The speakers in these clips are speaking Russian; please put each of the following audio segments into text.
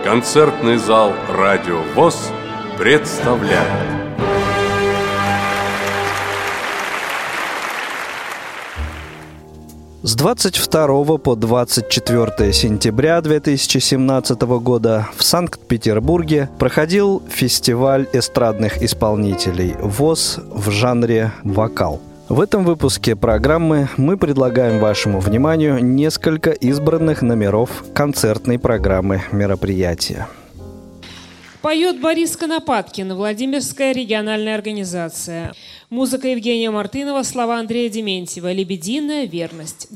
Концертный зал «Радио ВОС» представляет. С 22 по 24 сентября 2017 года в Санкт-Петербурге проходил фестиваль эстрадных исполнителей ВОС в жанре вокал. В этом выпуске программы мы предлагаем вашему вниманию несколько избранных номеров концертной программы мероприятия. Поет Борис Конопаткин, Владимирская региональная организация. Музыка Евгения Мартынова, слова Андрея Дементьева. «Лебединая верность».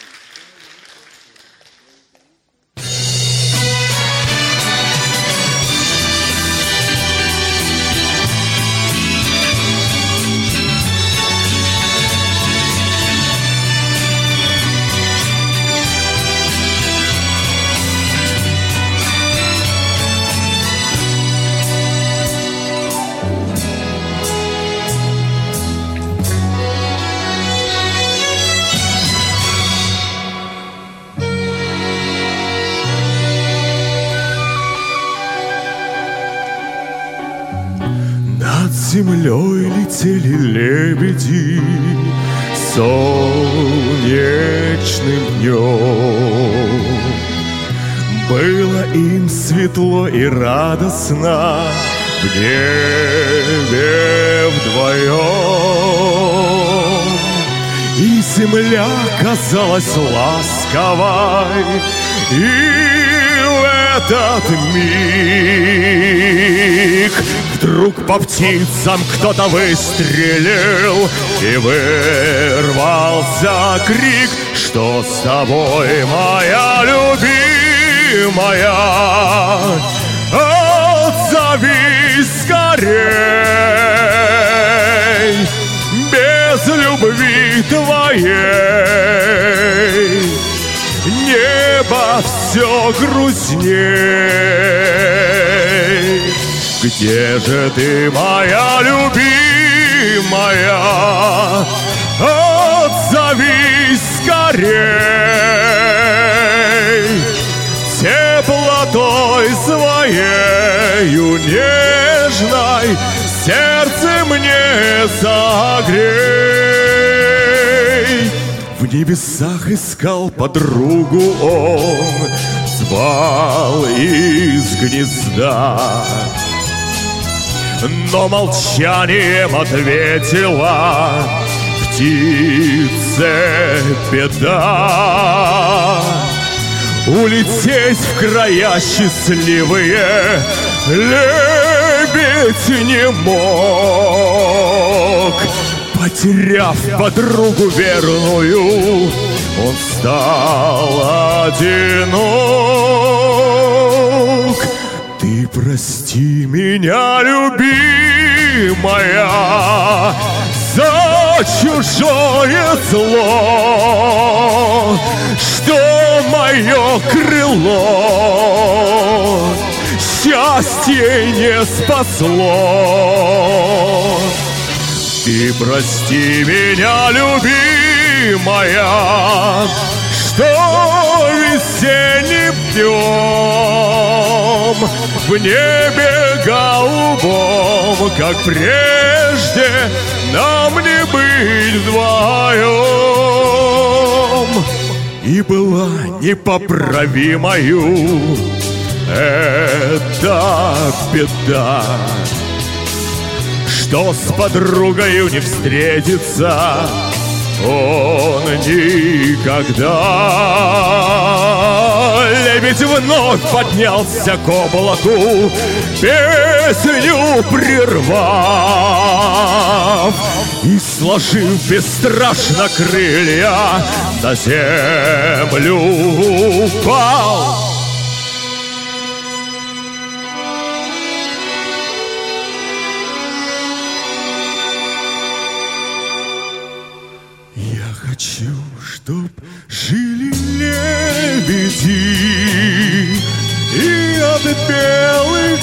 Над землей летели лебеди солнечным днем. Было им светло и радостно в небе вдвоем. И земля казалась ласковой, и в этот миг вдруг по птицам кто-то выстрелил, и вырвался крик: что с тобой, моя любимая? Отзовись скорей, без любви твоей небо все грустней. Где же ты, моя любимая? Отзовись скорей, теплотой своею нежной сердце мне согрей. В небесах искал подругу он, звал из гнезда, но молчанием ответила птице беда. Улететь в края счастливые лебедь не мог. Потеряв подругу верную, он стал одинок. Ты прости меня, любимая, за чужое зло, что мое крыло счастье не спасло. Ты прости меня, любимая, что весенним днем в небе голубом, как прежде, нам не быть вдвоем. И была непоправимою эта беда, что с подругою не встретится он никогда. Лебедь вновь поднялся к облаку, песню прервав, и, сложив бесстрашно крылья, на землю упал. Хочу, чтоб жили лебеди и от белых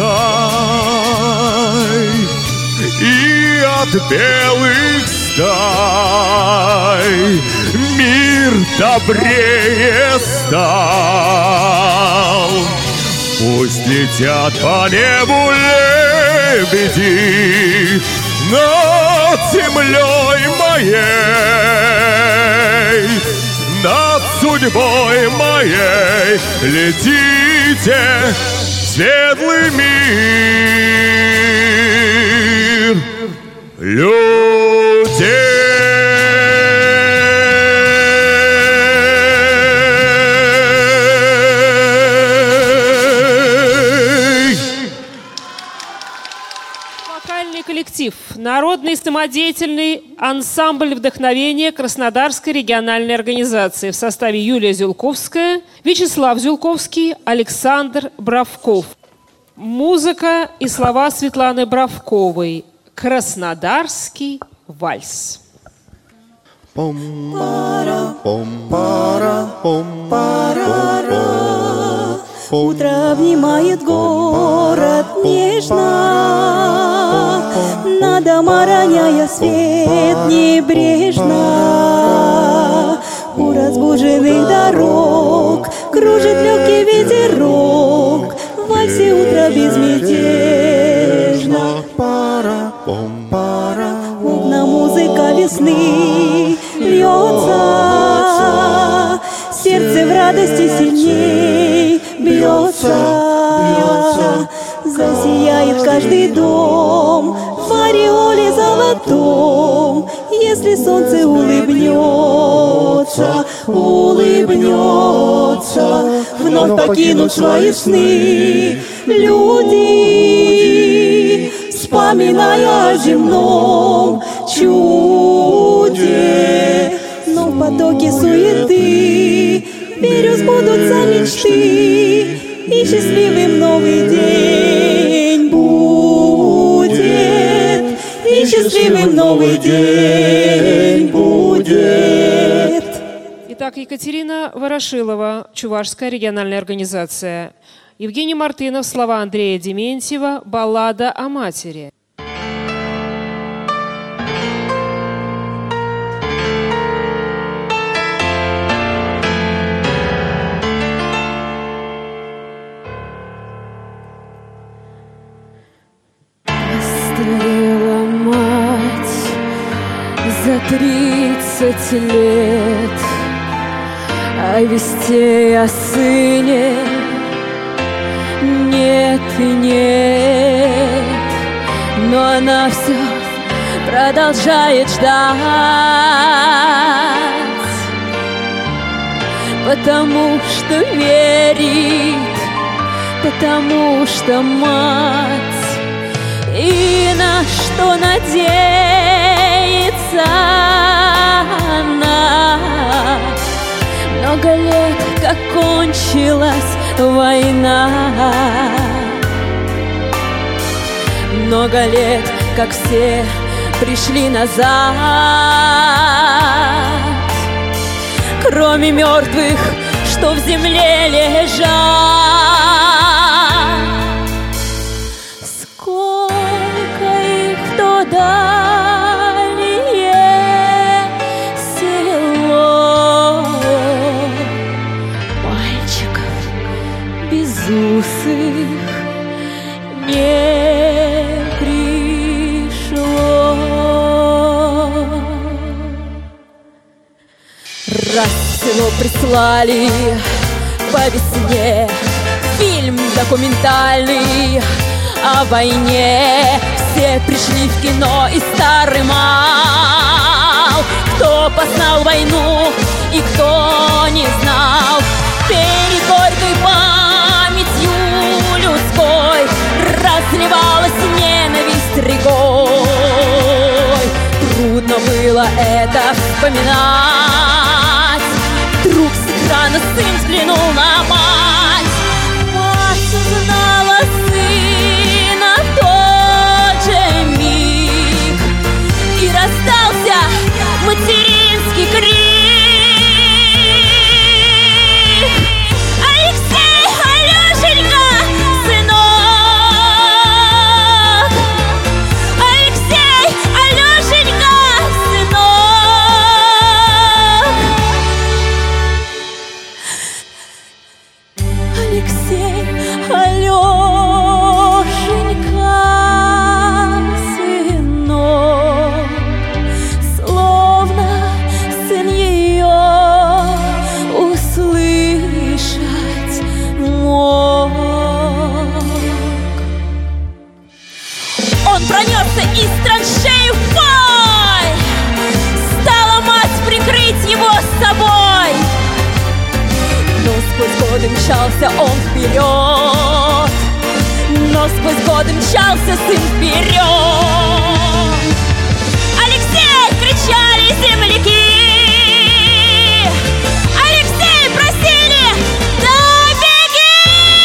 стай, и от белых стай мир добрее стал. Пусть летят по небу лебеди над землей моей, над судьбой моей летите в светлый мир людей. Коллектив. Народный самодеятельный ансамбль вдохновения Краснодарской региональной организации в составе Юлия Зюлковская, Вячеслав Зюлковский, Александр Бравков. Музыка и слова Светланы Бравковой. Краснодарский вальс. Утро обнимает город нежно, на дома роняя свет небрежно. У разбуженных дорог кружит легкий ветерок, в вальсе утро безмятежно. Волна музыка весны льется, сердце в радости сильней бьется. Засияет каждый дом в ореоле золотом, если солнце улыбнется, улыбнется. Вновь покинут свои сны люди, вспоминая о земном чуде. Но в потоке суеты верю, сбудутся мечты, и счастливым новый день будет, и счастливым новый день будет. Итак, Екатерина Ворошилова, Чувашская региональная организация. Евгений Мартынов, слова Андрея Дементьева, баллада о матери. Постарела мать за 30 лет, а вестей о сыне нет и нет. Но она все продолжает ждать, потому что верит, потому что мать. И на что надеется она? Много лет, как кончилась война, много лет, как все пришли назад, кроме мертвых, что в земле лежат. Дальнее село мальчиков безусых не пришло. Раз всего прислали по весне фильм документальный о войне. Все пришли в кино, и старый мал. Кто познал войну и кто не знал, перед горькой памятью людской разливалась ненависть рекой. Трудно было это вспоминать. Вдруг с экрана сын взглянул на мать. Мать узнала сына в тот же миг, и раздался материнский крик. Алексей, Алешенька, сынок! Алексей, Алешенька, сынок! сквозь годы мчался он вперед, но сквозь годы мчался сын вперед. Алексей, кричали земляки, Алексей, просили, да беги!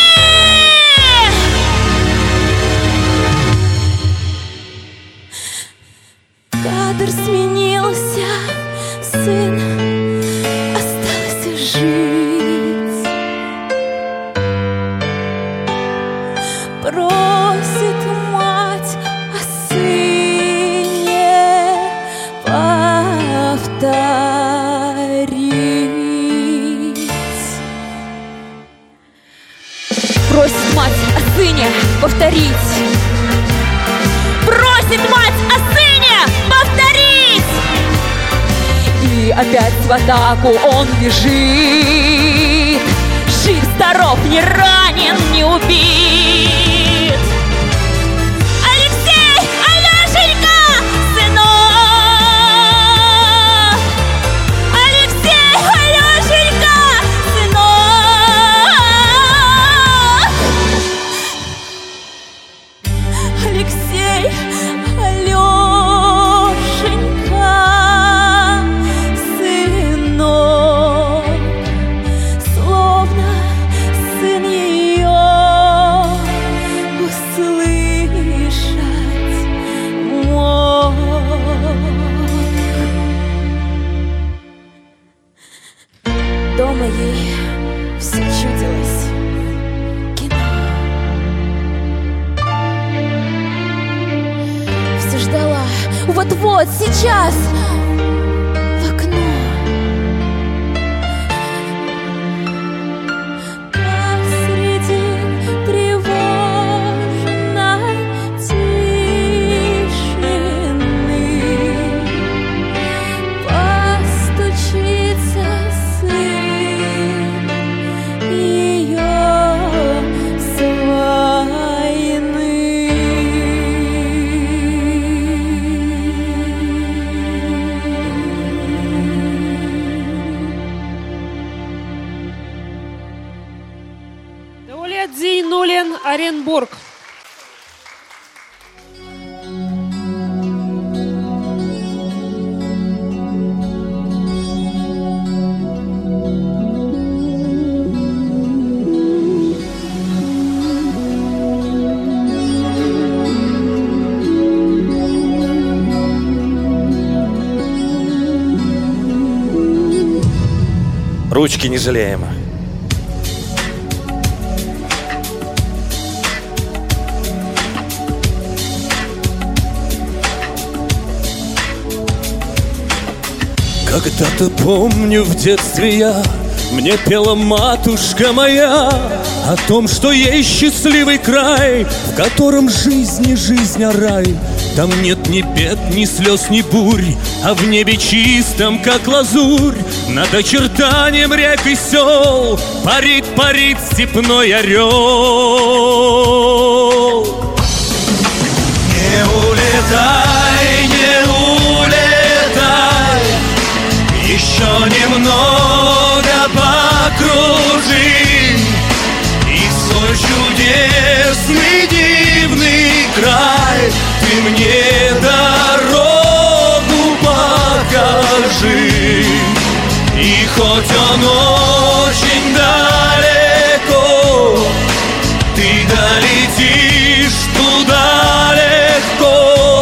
Кадр сменился, сын остался жить. Просит мать о сыне повторить. Просит мать о сыне повторить. Просит мать о сыне повторить. И опять в атаку он бежит. Жив, здоров, не ранен, не убит. Алексей, Алешенька, сынок! Алексей, Алешенька, сынок! Алексей, Алешенька, сынок, словно сын ее услышать мог. Дома ей все чудилось кино. Все ждала, вот-вот, сейчас в окно. Посреди тревожной тишины постучится сын ее с войны. Даулет Зейнуллин, Оренбург. Ручки не жалеем. Когда-то помню в детстве мне пела матушка моя о том, что есть счастливый край, в котором жизнь не жизнь, а рай. Там нет ни бед, ни слез, ни бурь, а в небе чистом, как лазурь, над очертанием рек и сел парит, парит степной орел. Не улетай, не улетай, еще немного покружи, и свой чудесный дивный край ты мне дорогу покажи. И хоть он очень далеко, ты долетишь туда легко,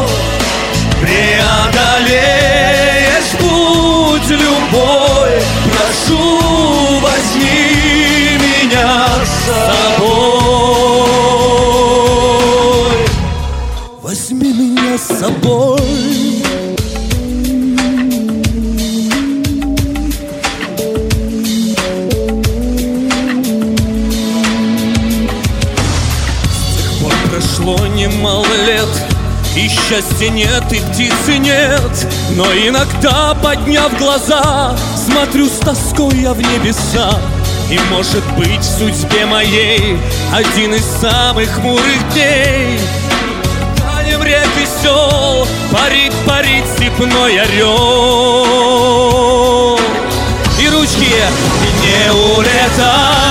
преодолеешь путь любой. Прошу, возьми меня с собой. Возьми меня с собой. Прошло немало лет, и счастья нет, и птицы нет. Но иногда, подняв глаза, смотрю с тоской я в небеса. И может быть в судьбе моей один из самых хмурых дней. Танем рек и сел парит, парит степной орел. И ручки не улетай.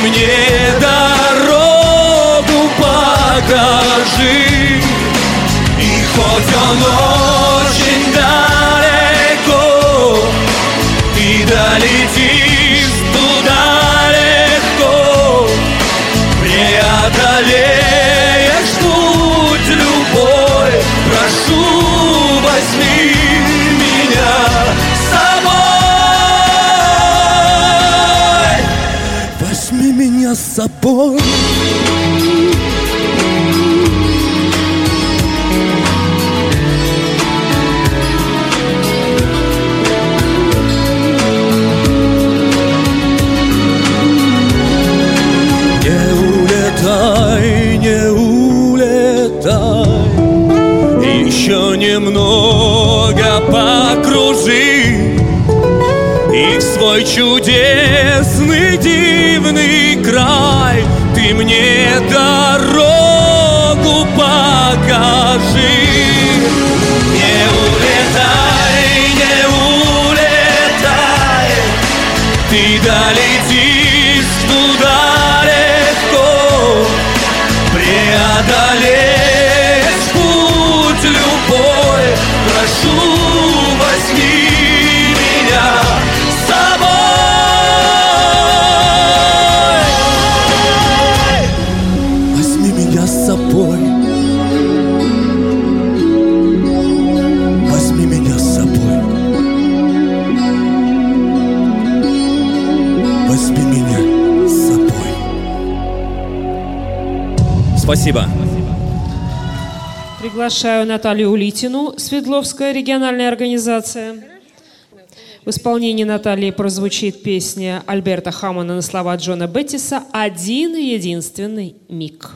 мне дорогу покажи. И хоть он очень далеко, ты долетишь туда легко, преодолеешь путь любой. Прошу, возьми меня с собой. Возьми меня с собой. Не улетай, еще немного покружи, и в свой чудесный дивный край ты мне дорогу покажи. Не улетай, ты долетишь туда легко, преодолеешь путь любой. Прошу, возьми меня с собой. Возьми меня с собой. Возьми меня с собой. Возьми меня с собой. Спасибо. Приглашаю Наталью Улитину, Свердловская региональная организация. В исполнении Натальи прозвучит песня Альберта Хаммона на слова Джона Беттиса «Один единственный миг».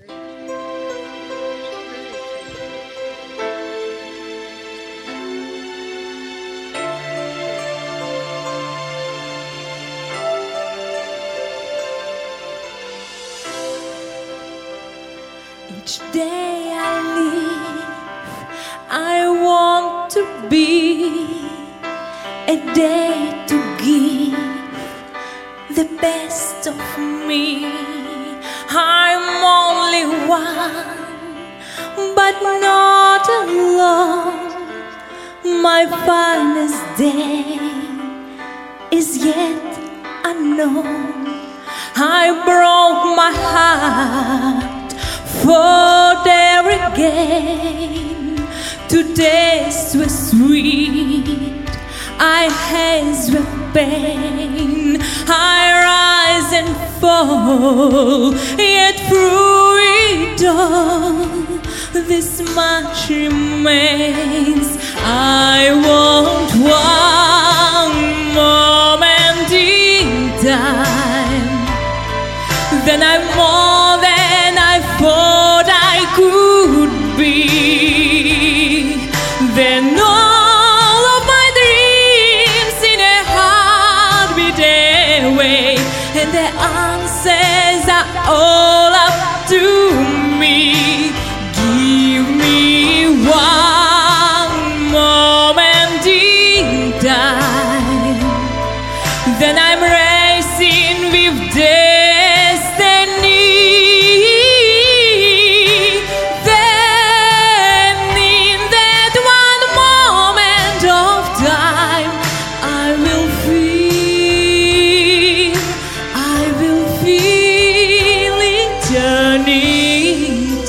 Each day I live, I want to be a day to give the best of me. I'm only one, but not alone. My finest day is yet unknown. I broke my heart for there again. Today's was sweet, I has with pain. I rise and fall, yet through it all, this much remains. I want one moment in time, then I'm more than I thought I could be. Then all of my dreams in a heartbeat away, and the answers are all up to me. Give me one moment in time, then I'm racing with destiny. Then in that one moment of time, I will feel eternity.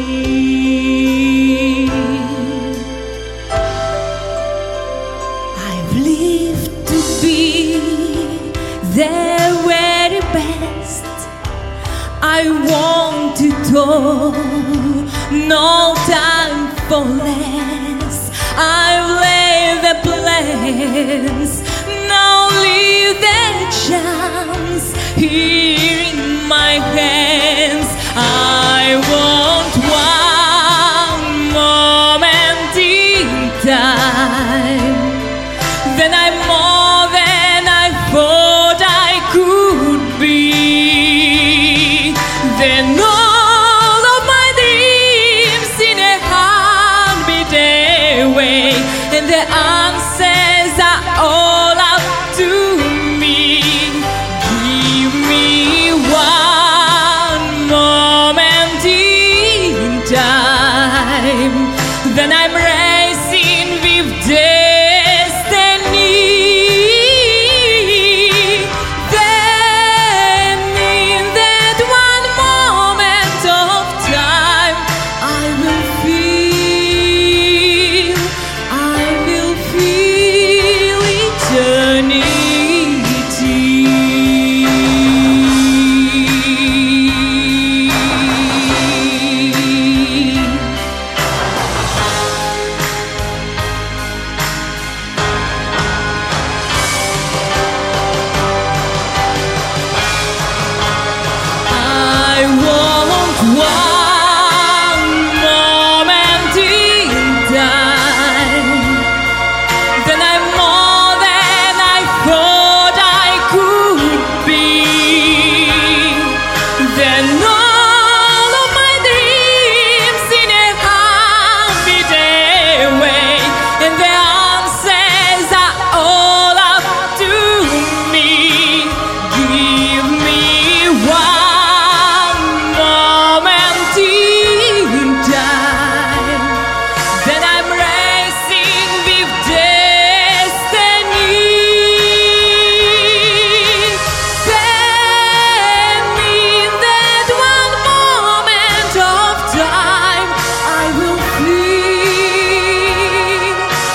I've lived to be the very best. I want to do no time for less. I've laid the plans, now leave the chance here in my hands. I want one moment in time, then I'm more than I thought I could be. Then all of my dreams in a heartbeat away, and the answers are all up to me. Give me one one moment in time, then I'm more than I thought I could be. Then all of my dreams in a half-day way, and the answers are all up to me. Give me one moment in time, then I'm racing with destiny. Then in that one moment of time, I will feel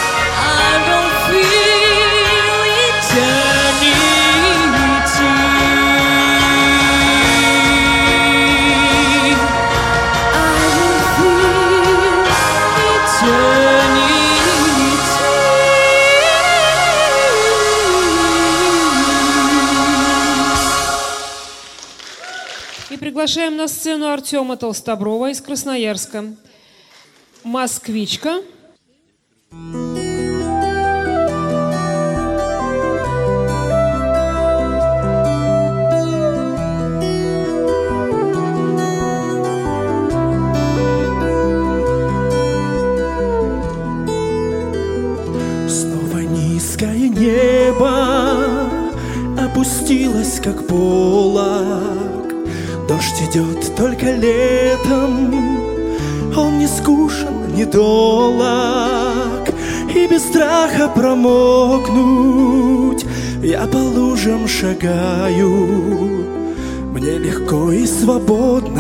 И приглашаем на сцену Артема Толстоброва из Красноярска. «Москвичка». Снова низкое небо опустилось, как полог. Дождь идет только летом, он не скучен, не долог. И без страха промокнуть я по лужам шагаю. Мне легко и свободно,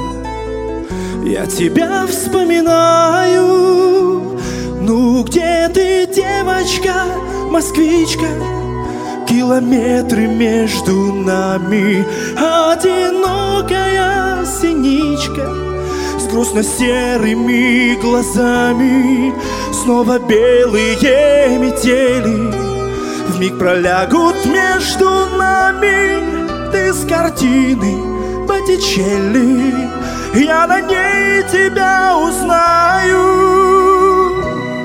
я тебя вспоминаю. Ну где ты, девочка, москвичка? Километры между нами, одинокая синичка с грустно-серыми глазами. Снова белые метели вмиг пролягут между нами. Ты с картины Боттичелли, я на ней тебя узнаю.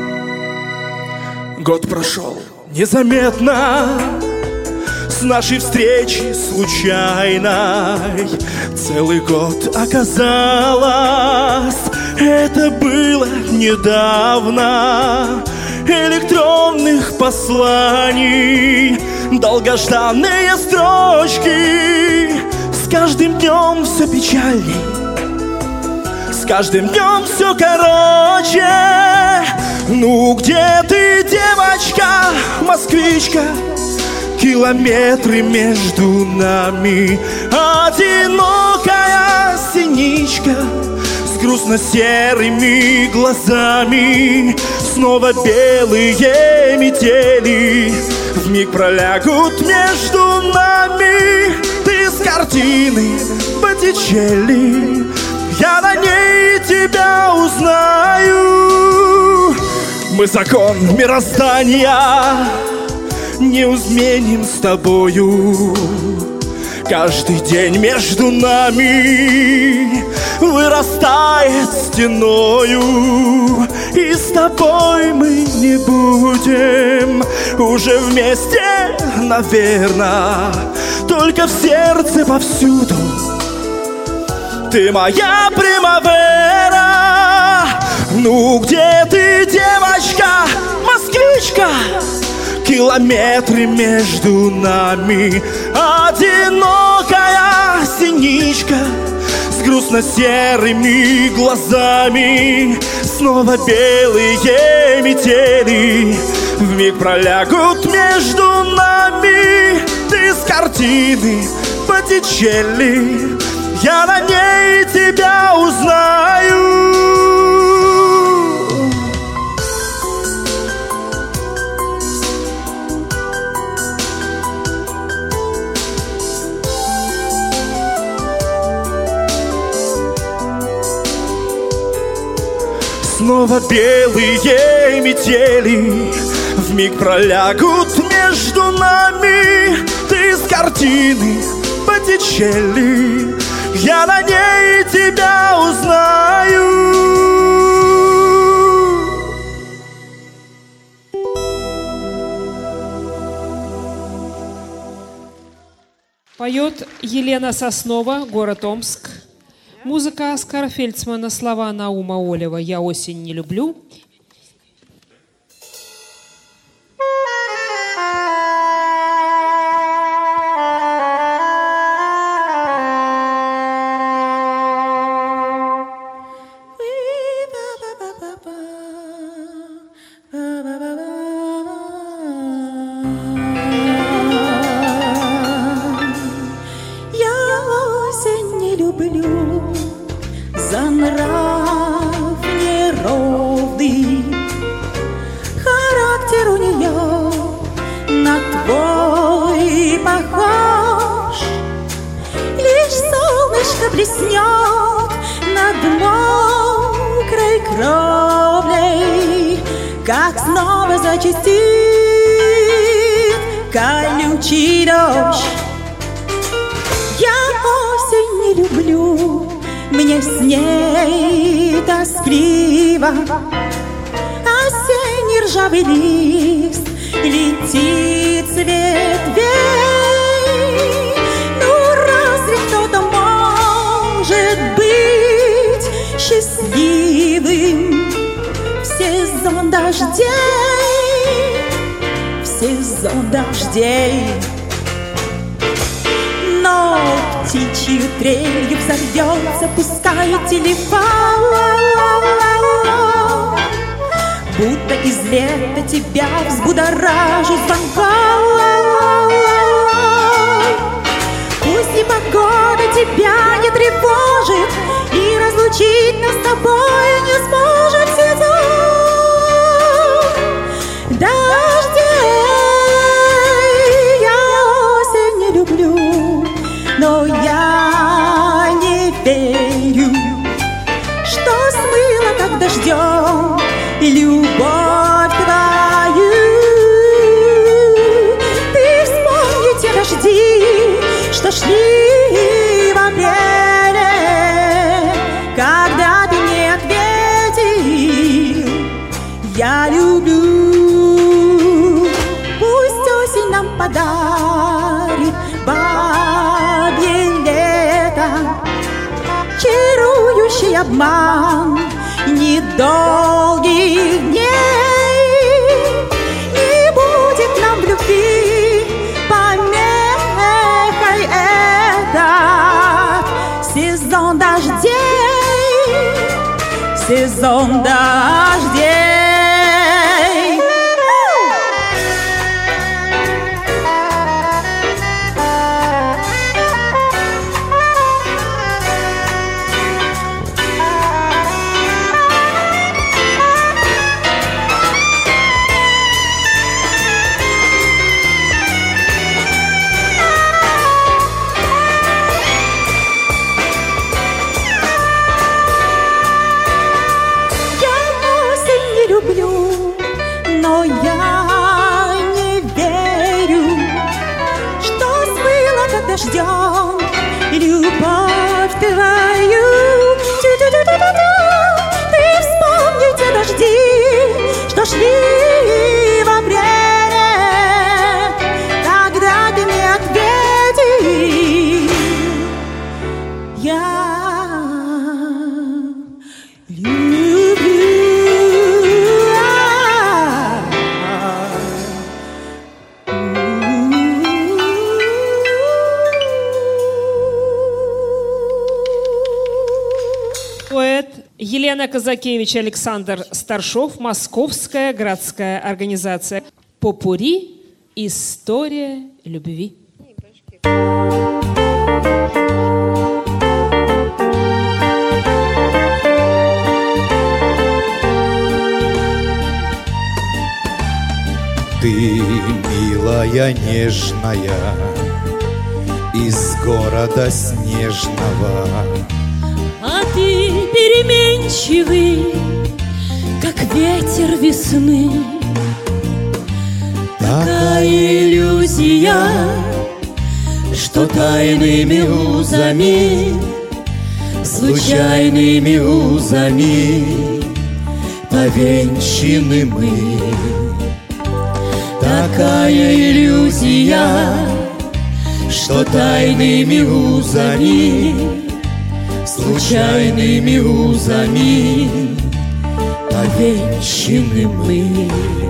Год прошел незаметно с нашей встречи случайной. Целый год оказалось, это было недавно. Электронных посланий, долгожданные строчки. С каждым днем все печальней, с каждым днем все короче. Ну где ты, девочка, москвичка? Километры между нами, одинокая синичка с грустно-серыми глазами. Снова белые метели вмиг пролягут между нами. Ты с картины Боттичелли, я на ней тебя узнаю. Мы закон мироздания не изменим с тобою. Каждый день между нами вырастает стеною. И с тобой мы не будем уже вместе, наверно, только в сердце повсюду. Ты моя примавера. Ну где ты, девочка, москвичка? Километры между нами, одинокая синичка с грустно-серыми глазами. Снова белые метели вмиг пролягут между нами. Ты с картины Боттичелли, я на ней тебя узнаю. Снова белые метели вмиг пролягут между нами. Ты с картины Боттичелли, я на ней тебя Поет Елена Соснова, город Омск. Музыка Оскара Фельдсмана, слова Наума Олева «Я осень не люблю». За нрав неровный, характер у нее на твой похож. Лишь солнышко блеснет над мокрой кровлей, как снова зачастит колючий дождь. Я осень не люблю, мне с ней тоскливо. Осенний ржавый лист летит с ветвей. Ну разве кто-то может быть счастливым в сезон дождей? В сезон дождей. Но птичью трелью взорвется, пускай телефон, будто из лета тебя взбудоражит звонком. Пусть и погода тебя не тревожит, и разлучить нас с тобой не сможет сезон дождей. Я осень не люблю, но я не верю, что смыло как дождем любовь твою. Ты вспомни те дожди, что шли в апреле, когда ты мне ответил: я люблю. Пусть осень нам подарит бабье лето, чарующий обман недолгих дней. Не будет нам в любви помехой этот сезон дождей, сезон дождей. Но я не верю, что смыло как дождем любовь твою. Ты вспомни те дожди, что шли в апреле, когда ты мне ответил: я люблю. Елена Казакевич, Александр Старшов, Московская городская организация. Попурри. История любви. Ты, милая, нежная, из города снежного, а ты переменчивый, как ветер весны. Такая иллюзия, что тайными узами, случайными узами повенчаны мы. Такая иллюзия, что тайными узами, случайными узами повенчаны мы.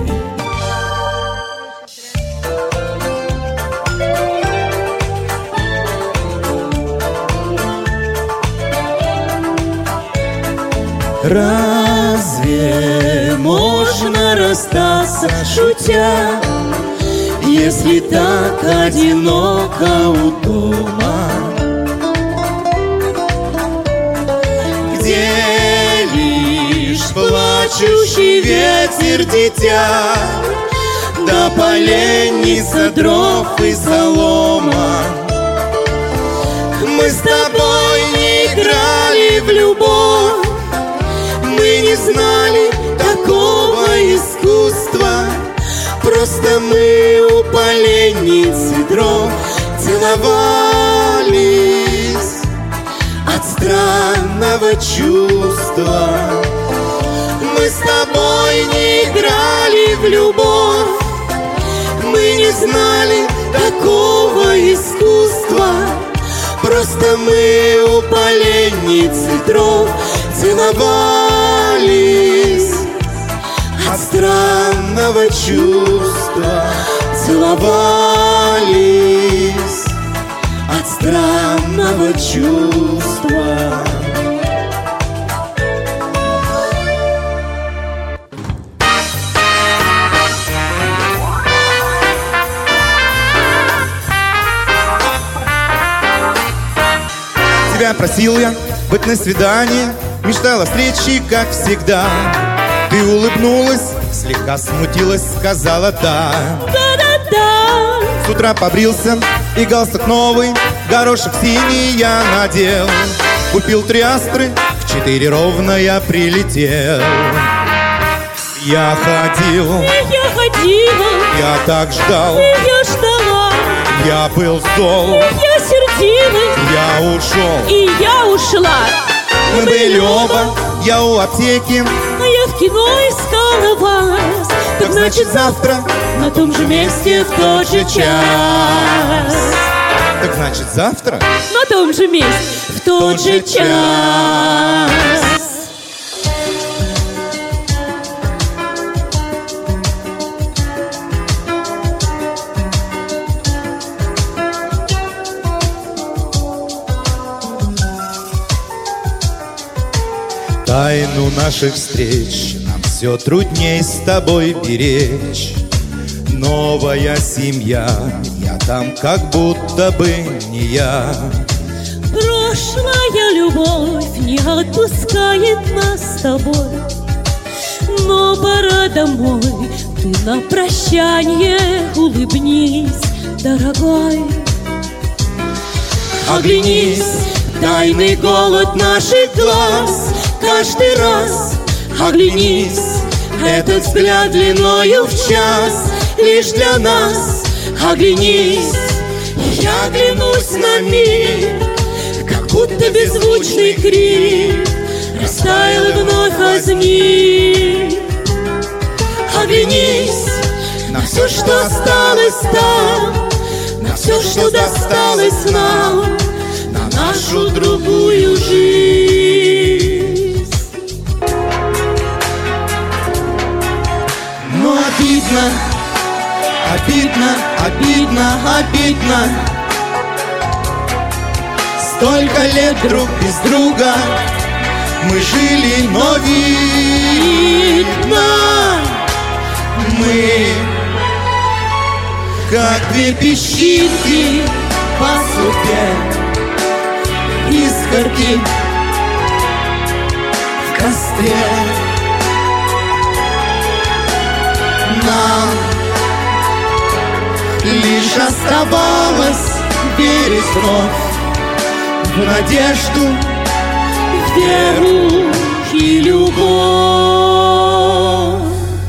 Разве можно расстаться, шутя, если так одиноко у дома, где лишь плачущий ветер дитя, да поленница дров и солома? Мы с тобой не играли в любовь, мы не знали такого искусства, просто мы у поленницы дров целовались от странного чувства. Мы с тобой не играли в любовь, мы не знали такого искусства, просто мы у поленницы дров целовались от странного чувства, целовались от странного чувства. Тебя просил я быть на свидании, мечтала встречи, как всегда. Ты улыбнулась, слегка смутилась, сказала да. Да-да-да. С утра побрился и галстук новый, горошек синий я надел. Купил 3 астры, в 4 ровно я прилетел. Я ходил, я так ждал, я ждала, я был зол, я сердилась, я ушел, и я ушла. Мы были оба, я у аптеки, а я в кино искала вас. Так значит завтра на том же месте в тот же час. Так значит завтра на том же месте в тот же час. Тайну наших встреч нам все трудней с тобой беречь. Новая семья, я там как будто бы не я. Прошлая любовь не отпускает нас с тобой, но пора домой, ты на прощанье улыбнись, дорогой. Оглянись, тайный голод наших глаз. Каждый раз оглянись, этот взгляд длиною в час лишь для нас. Оглянись, я оглянусь на мир, как будто беззвучный крик растаял и вновь возник. Оглянись на все, что осталось там, на все, что досталось нам, на нашу другую жизнь. Но обидно, обидно, обидно, обидно. Столько лет друг без друга мы жили, но видно, мы как 2 песчинки по судьбе, искорки в костре. Нам лишь оставалось верить вновь в надежду, в веру и любовь.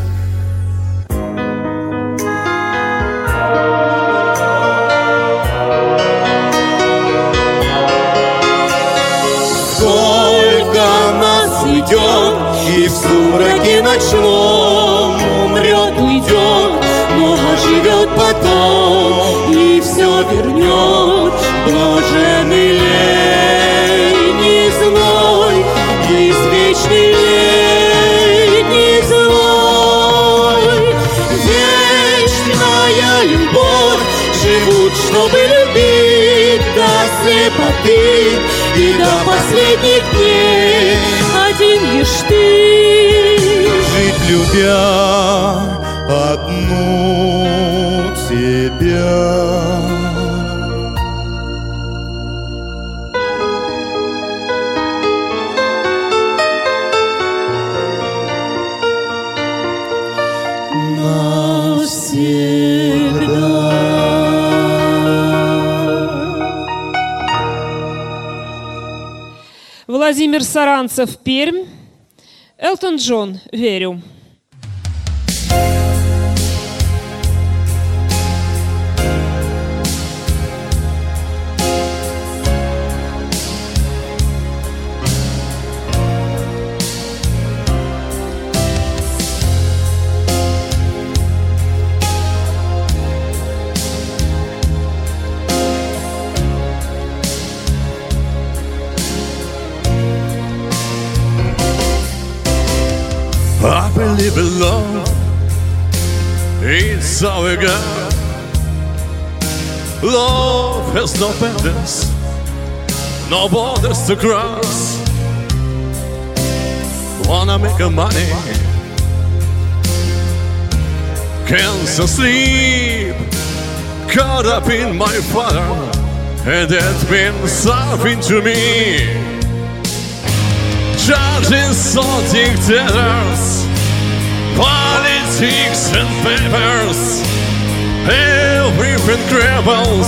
Сколько нас идет, и в сумраке ночном умрет, уйдет, но оживет потом, и все вернет блаженный летний зной, извечный летний зной. Вечная любовь живут, чтобы любить до слепоты и до последних дней. Один лишь ты, жить любя одну тебя. Владимир Саранцев, Пермь. Элтон Джон, «Верю». I believe in love, it's all we got. Love has no boundaries, no borders to cross. Wanna make a money, can't sleep, caught up in my father, and that's been something to me. Judges or dictators, politics and papers, everything crumbles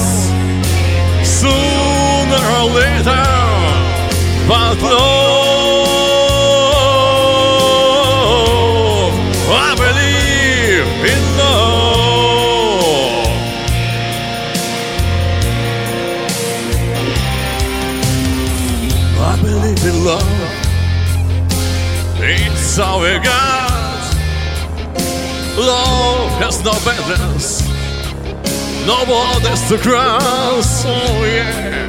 sooner or later. But love, I believe in love. I believe in love. It's all we got. Love has no boundaries, no borders to cross. Oh yeah.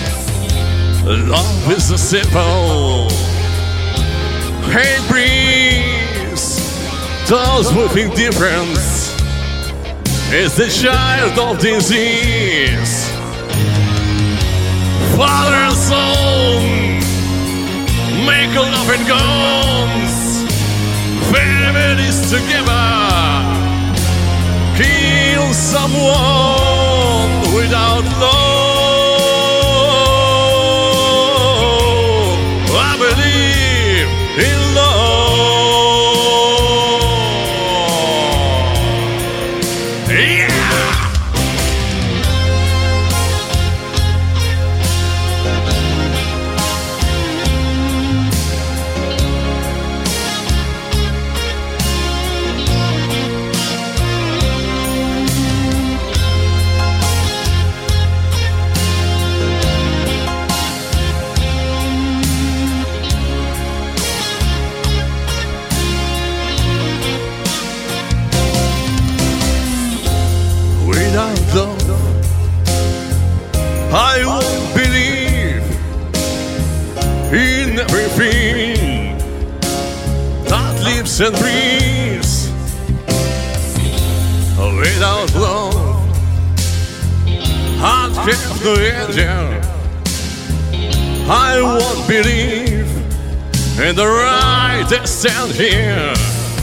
Love is a simple hate breeze. Those who think difference is the child of disease. Father and son make a love and goes, families together, kill someone without love. I believe in love. Yeah. Without love, I won't believe in everything that lives and breathes. Without love, I'd have no angel. I won't believe in the right to stand here.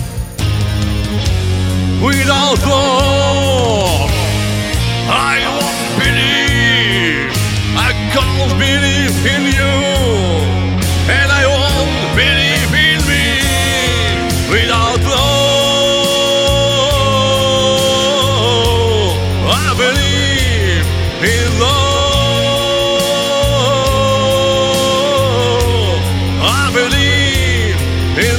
Without love, I won't believe. I can't believe in you, and I won't believe in me. Without love, I believe in love. I believe in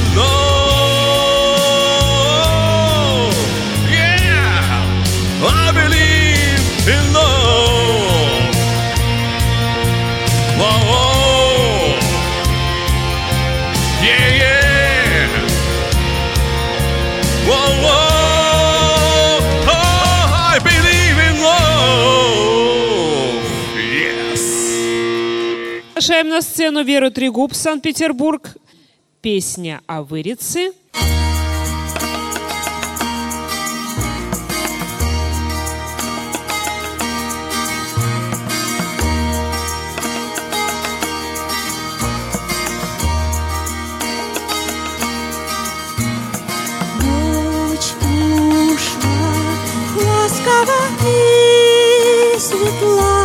love. Yeah, I believe in love. Whoa, whoa. приглашаем на сцену Веру Трегуб, Санкт-Петербург. Песня о Вырице. Ночь ушла ласково и светла,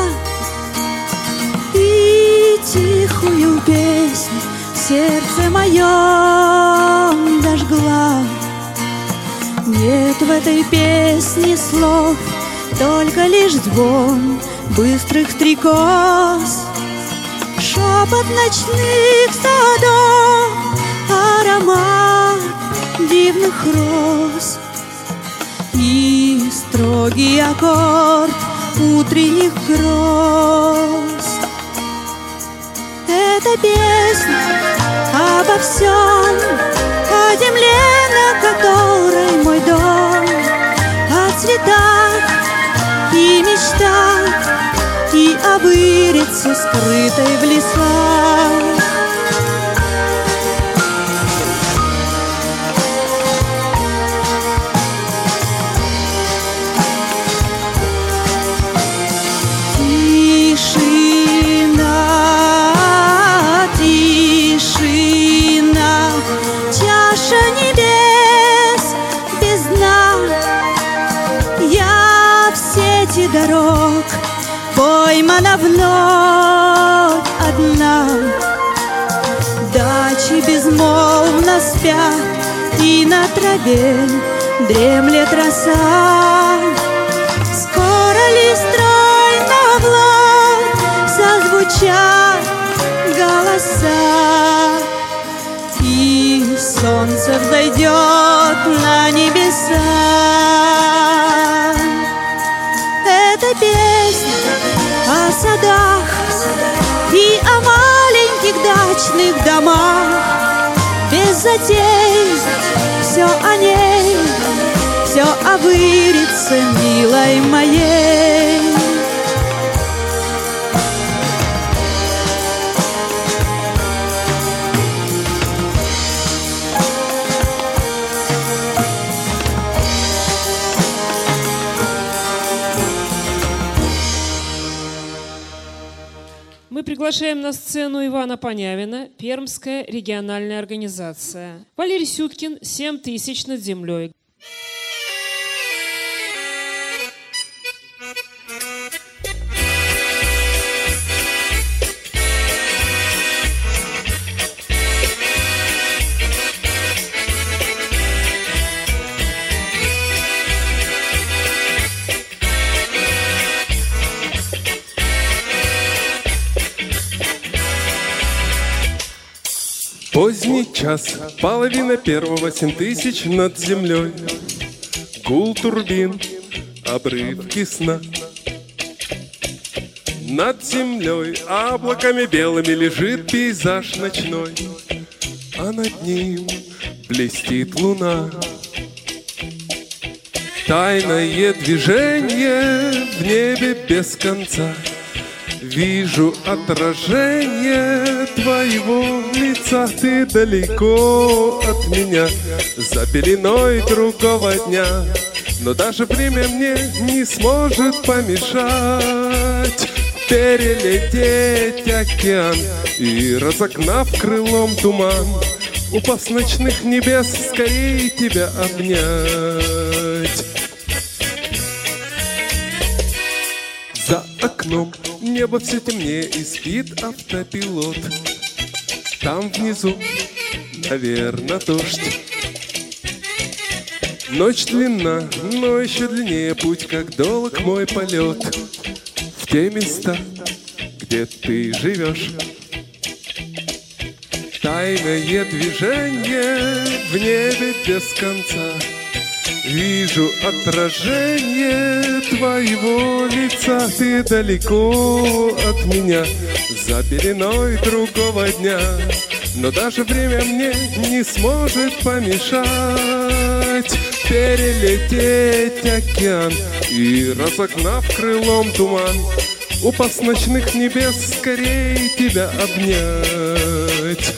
и тихую песню в сердце моем зажгла. Нет в этой песне слов, только лишь звон быстрых стрекоз, шепот ночных садов, аромат дивных роз и строгий аккорд утренних гроз. Эта песня обо всем, о земле, на которой мой дом, о цветах и мечтах, и о Вырице, скрытой в лесах. Тишина, тишина, чаша небес без дна. Я в сети дорог поймана вновь одна. Дачи безмолвно спят, и на траве дремлет роса. Скоро ли стройно вновь зазвучат голоса, и солнце взойдет на небеса. Это песня о садах и о маленьких дачных домах. Без затей все о ней, все о Вырице, милой моей. Мы приглашаем на сцену Ивана Понявина, Пермская региональная организация. Валерий Сюткин, 7000 над землей. Поздний час, половина первого, 7000 над землей. Гул турбин, обрывки сна. Над землей облаками белыми лежит пейзаж ночной, а над ним блестит луна. Тайное движение в небе без конца. Вижу отражение твоего лица. Ты далеко от меня, за пеленой другого дня. Но даже время мне не сможет помешать перелететь океан и, разогнав крылом туман, упав с ночных небес, скорее тебя обнять. За окном небо все темнее и спит автопилот. Там внизу, наверное, дождь. Ночь длинна, но еще длиннее путь, как долг мой полет в те места, где ты живешь. Тайное движение в небе без конца. Вижу отражение твоего лица. Ты далеко от меня, за пеленой другого дня. Но даже время мне не сможет помешать перелететь океан и, разогнав крылом туман, упав с ночных небес, скорей тебя обнять.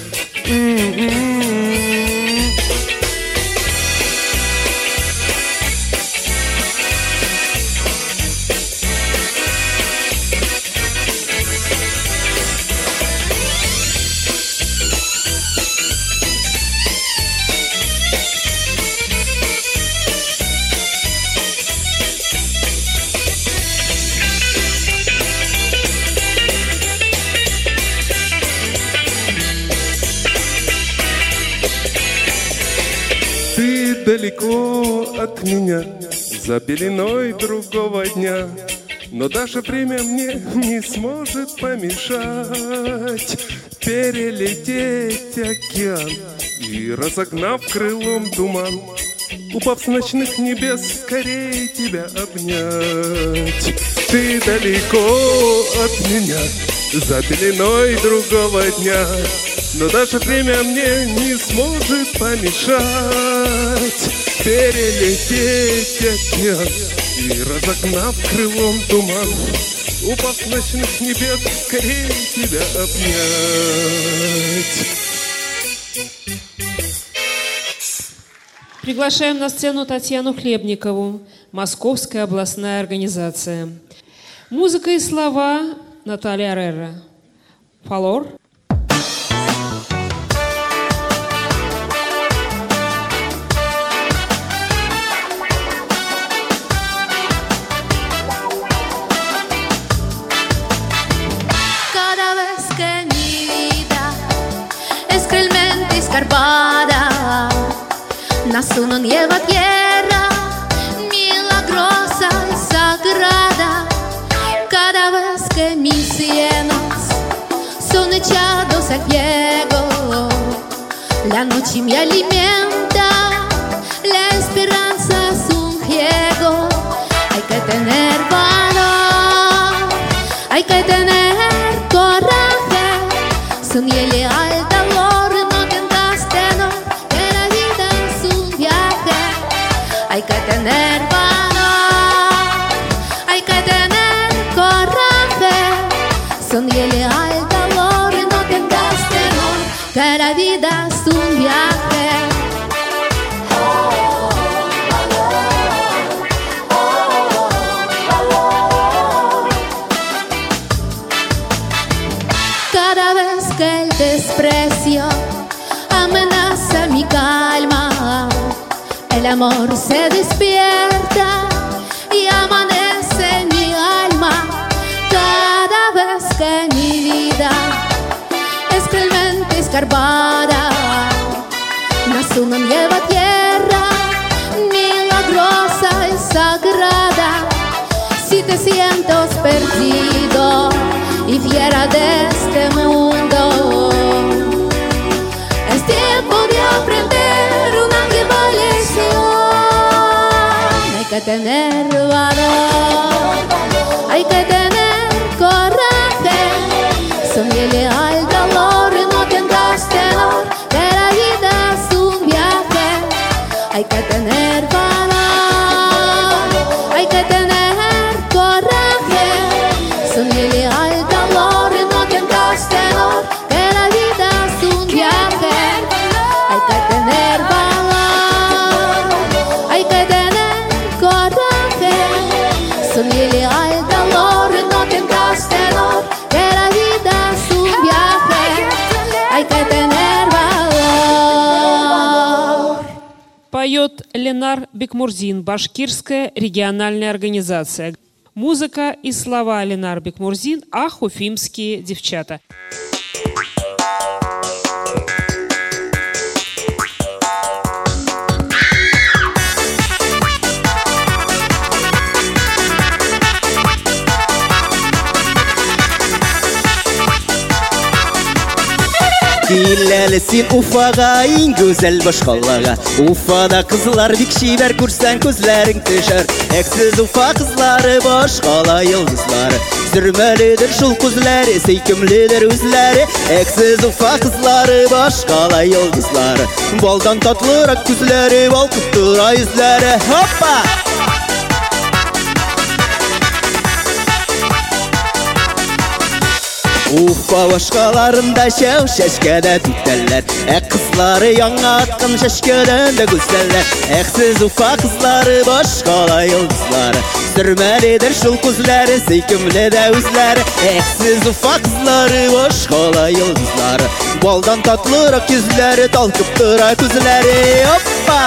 Далеко от меня, за пеленой другого дня, но даже время мне не сможет помешать перелететь океан и, разогнав крылом туман, упав с ночных небес, скорее тебя обнять. Ты далеко от меня, за пеленой другого дня, но даже время мне не сможет помешать перелететь океан и, разогнав крылом туман, упав с ночных небес, скорее тебя обнять. Приглашаем на сцену Татьяну Хлебникову, Московская областная организация. Музыка и слова Наталья Аррера. Фалор. Nace una nueva tierra, milagrosa y sagrada. Cada vez que mis cielos son echados al fuego, la noche me alimenta, la esperanza es un juego. Hay que tener valor, hay que tener coraje, son y leal dolor, no tengas tenor. Hay que tener valor, hay que tener coraje, sonríele al dolor y no tengas temor, que la vida es un viaje. Cada vez que el desprecio amenaza mi calma, el amor se despierta y amanece en mi alma. Cada vez que mi vida es cruelmente escarbada, nace una nueva tierra, milagrosa y sagrada. Si te sientes perdido y fiera de este mundo, es tiempo de aprender una nueva lección. Hay que tener valor, hay que tener coraje, sonríele al dolor y no tengas temor, que la vida es un viaje. Hay que tener valor, hay que tener coraje, sonríele al dolor y no tengas temor, que la vida es un viaje. Hay que tener valor, hay que tener coraje, sonríele al dolor y no tengas temor, que la vida es un viaje. Hay que tener valor. Поет Ленар Бекмурзин, Башкирская региональная организация. Музыка и слова Ленар Бекмурзин, ах, уфимские девчата. Келелі сен Уфаға, ең güzel баш қалаға. Уфада қызлар бик шибәр, күрсәң күзләрің төшәр. Әксіз Уфа қызлары, баш қала йылдызлары. Сүрмәледер шул күзләре, сөйкемледер үзләре. Әксіз Уфа қызлары, баш қала йылдызлары. Балдан татлырак күзләре, балкып тора йөзләре. Хоппа! Уфа башкаларында шәу шәшкәдә түтәлләр, кызлары яңа аткан шәшкәдән дә гүзәлләр. Сез Уфа кызлары башкала йолдызлары, сөрмәледер шул күзләре, сөйкемле дә үзләре. Сез Уфа кызлары башкала йолдызлары, балдан татлырак йөзләре, талкып тора күзләре. Оппа!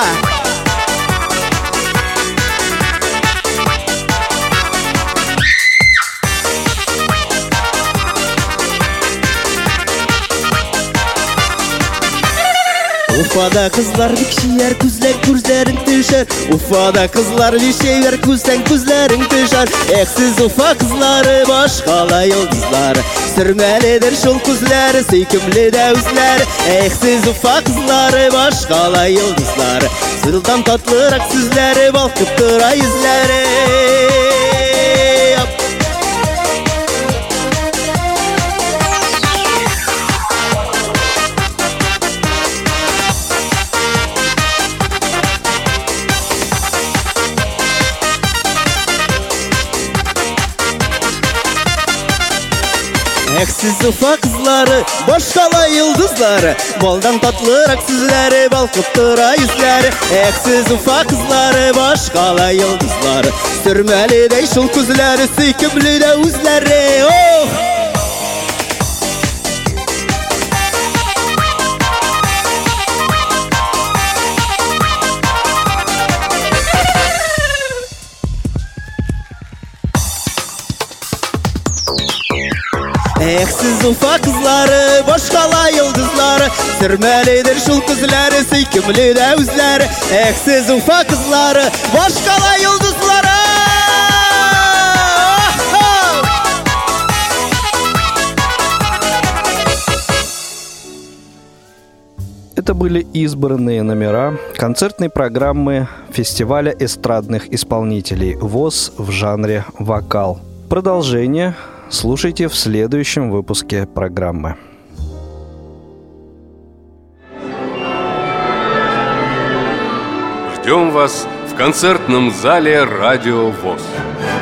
Уфада кызлар бик шияр, күзләр күзләрен төшәр. Уфада кызлар бик шияр, күздән күзләрен төшәр. Сез Уфа кызлары башкала йолдызлары, сөрмәледер шул күзләре, сөйкемле дә үзләре. Сез Уфа кызлары башкала йолдызлары, сылдан татлырак сүзләре, балкып тора йөзләре. Сез Уфа кызлары башкала йолдызлары, балдан татлырак сүзләре, балкып тора йөзләре. Сез Уфа кызлары башкала йолдызлары, сөрмәледәй шул күзләре, сөйкемле дә үзләре. Сез Уфа кызлары башкала йолдызлары, сөрмәледер шул күзләре, сөйкемле дә үзләре. Сез Уфа кызлары башкала йолдызлары. Это были избранные номера концертной программы фестиваля эстрадных исполнителей ВОС в жанре вокал. Продолжение слушайте в следующем выпуске программы. Ждем вас в концертном зале «Радио ВОС».